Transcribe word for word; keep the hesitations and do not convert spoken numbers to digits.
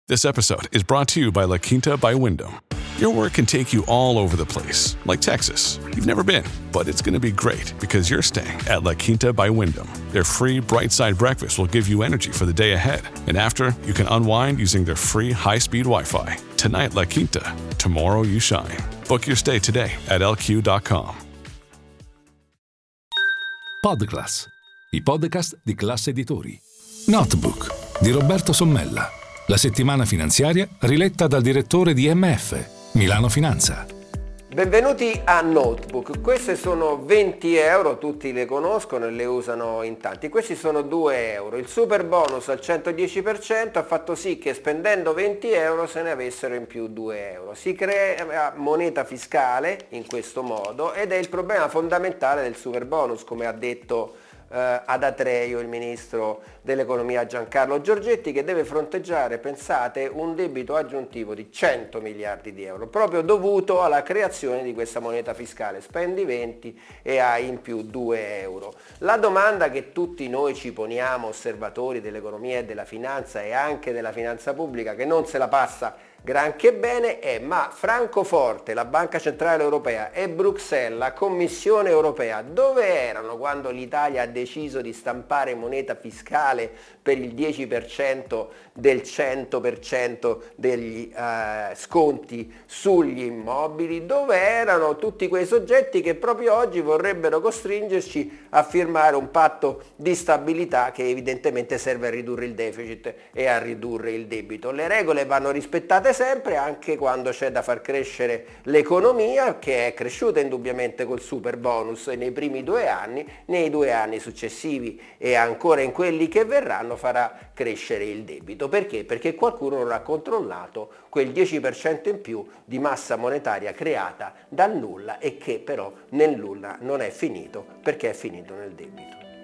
This episode is brought to you by La Quinta by Wyndham. Your work can take you all over the place, like Texas. You've never been, but it's going to be great because you're staying at La Quinta by Wyndham. Their free Bright Side breakfast will give you energy for the day ahead. And after, you can unwind using their free high-speed Wi-Fi. Tonight, La Quinta. Tomorrow, you shine. Book your stay today at L Q dot com. Podclass, i podcast di Class Editori. Notebook di Roberto Sommella. La settimana finanziaria riletta dal direttore di M F, Milano Finanza. Benvenuti a Notebook. Queste sono venti euro, tutti le conoscono e le usano in tanti. Questi sono due euro. Il super bonus al centodieci per cento ha fatto sì che spendendo venti euro se ne avessero in più due euro. Si crea moneta fiscale in questo modo ed è il problema fondamentale del super bonus, come ha detto Uh, ad Atreio il ministro dell'economia Giancarlo Giorgetti, che deve fronteggiare, pensate, un debito aggiuntivo di cento miliardi di euro proprio dovuto alla creazione di questa moneta fiscale. Spendi venti e hai in più due euro. La domanda che tutti noi ci poniamo, osservatori dell'economia e della finanza e anche della finanza pubblica, che non se la passa granché bene, è: ma Francoforte, la Banca Centrale Europea, e Bruxelles, la Commissione Europea, dove erano quando l'Italia ha deciso di stampare moneta fiscale per il dieci per cento del cento per cento degli eh, sconti sugli immobili? Dove erano tutti quei soggetti che proprio oggi vorrebbero costringerci a firmare un patto di stabilità che evidentemente serve a ridurre il deficit e a ridurre il debito? Le regole vanno rispettate sempre, anche quando c'è da far crescere l'economia, che è cresciuta indubbiamente col super bonus nei primi due anni. Nei due anni successivi e ancora in quelli che verranno farà crescere il debito. Perché? Perché qualcuno non ha controllato quel dieci per cento in più di massa monetaria creata dal nulla e che però nel nulla non è finito, perché è finito nel debito.